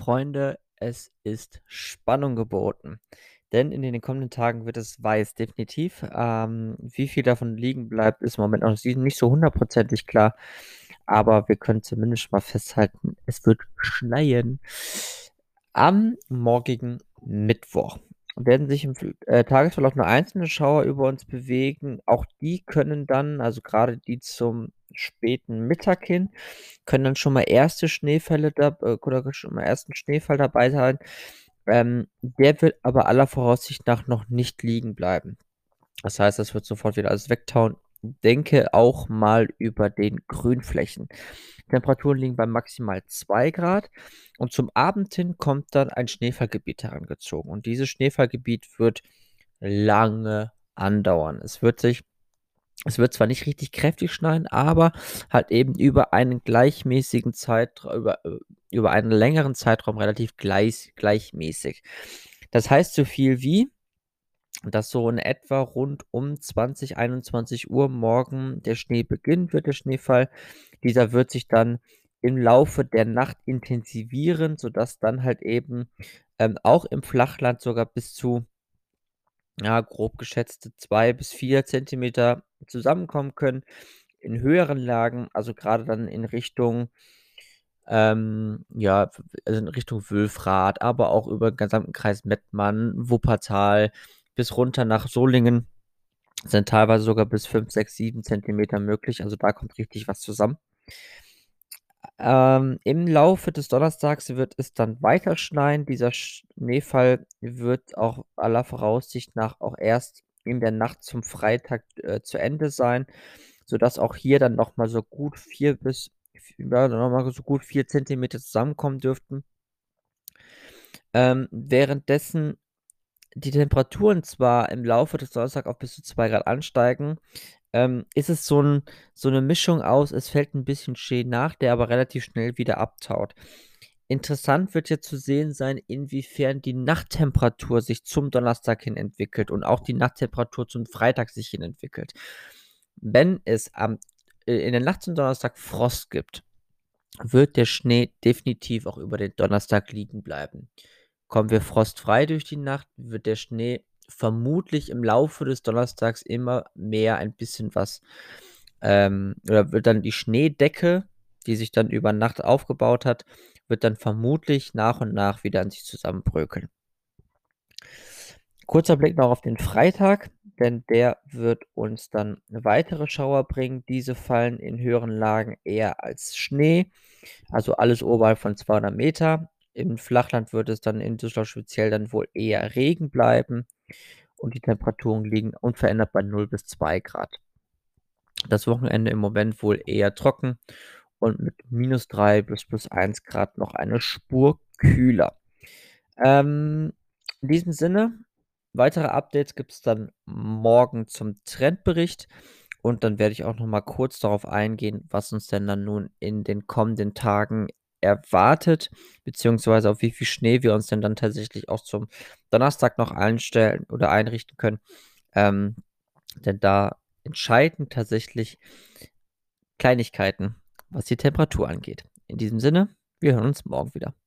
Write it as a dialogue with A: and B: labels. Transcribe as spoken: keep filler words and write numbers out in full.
A: Freunde, es ist Spannung geboten, denn in den kommenden Tagen wird es weiß, definitiv. Ähm, wie viel davon liegen bleibt, ist im Moment noch si nicht so hundertprozentig klar, aber wir können zumindest schon mal festhalten, es wird schneien. Am morgigen Mittwoch werden sich im Fl äh, Tagesverlauf nur einzelne Schauer über uns bewegen. Auch die können dann, also grade die zum späten Mittag hin, können dann schon mal erste Schneefälle da äh, oder schon mal ersten Schneefall dabei sein. Ähm, der wird aber aller Voraussicht nach noch nicht liegen bleiben. Das heißt, das wird sofort wieder alles wegtauen. Denke auch mal über den Grünflächen. Temperaturen liegen bei maximal zwei Grad und zum Abend hin kommt dann ein Schneefallgebiet herangezogen und dieses Schneefallgebiet wird lange andauern. Es wird sich es wird zwar nicht richtig kräftig schneien, aber halt eben über einen gleichmäßigen Zeitrau über äh, über einen längeren Zeitraum relativ gleich gleichmäßig. Das heißt so viel wie, dass so in etwa rund um zwanzig, einundzwanzig Uhr morgen der Schnee beginnen wird, der Schneefall. Dieser wird sich dann im Laufe der Nacht intensivieren, sodass dann halt eben, ähm, auch im Flachland sogar bis zu ja, grob geschätzte zwei bis vier Zentimeter zusammenkommen können. In höheren Lagen, also grade dann in Richtung ähm, ja, w also in Richtung Wülfrath, aber auch über den gesamten Kreis Mettmann, Wuppertal bis runter nach Solingen sind teilweise sogar bis fünf, sechs, sieben Zentimeter möglich. Also, da kommt richtig was zusammen. Ähm, im Laufe des Donnerstags wird es dann weiter schneien. Dieser Schneefall wird auch aller Voraussicht nach auch erst in der Nacht zum Freitag, äh, zu Ende sein, sodass auch hier dann noch mal so gut vier bis v ja, noch mal so gut vier Zentimeter zusammenkommen dürften. Ähm, währenddessen die Temperaturen zwar im Laufe des Donnerstag auf bis zu zwei Grad ansteigen, ähm, ist es so 'n so 'ne Mischung aus, es fällt 'n bisschen Schnee nach, der aber relativ schnell wieder abtaut. Interessant wird jetzt zu sehen sein, inwiefern die Nachttemperatur sich zum Donnerstag hin entwickelt und auch die Nachttemperatur zum Freitag sich hin entwickelt. Wenn es am äh, in der Nacht zum Donnerstag Frost gibt, wird der Schnee definitiv auch über den Donnerstag liegen bleiben. Kommen wir frostfrei durch die Nacht, wird der Schnee vermutlich im Laufe des Donnerstags immer mehr ein bisschen was ähm, oder wird dann die Schneedecke, die sich dann über Nacht aufgebaut hat, wird dann vermutlich nach und nach wieder in sich zusammenbröckeln. Kurzer Blick noch auf den Freitag, denn der wird uns dann weitere Schauer bringen. Diese fallen in höheren Lagen eher als Schnee, also alles oberhalb von zweihundert Meter. Im Flachland wird es dann in Düsseldorf speziell dann wohl eher Regen bleiben und die Temperaturen liegen unverändert bei null bis zwei Grad. Das Wochenende im Moment wohl eher trocken und mit minus drei bis plus eins Grad noch eine Spur kühler. Ähm, in diesem Sinne, weitere Updates gibt's dann morgen zum Trendbericht und dann werde ich auch noch mal kurz darauf eingehen, was uns denn dann nun in den kommenden Tagen erwartet, beziehungsweise auf wie viel Schnee wir uns denn dann tatsächlich auch zum Donnerstag noch einstellen oder einrichten können. Ähm, denn da entscheiden tatsächlich Kleinigkeiten, was die Temperatur angeht. In diesem Sinne, wir hören uns morgen wieder.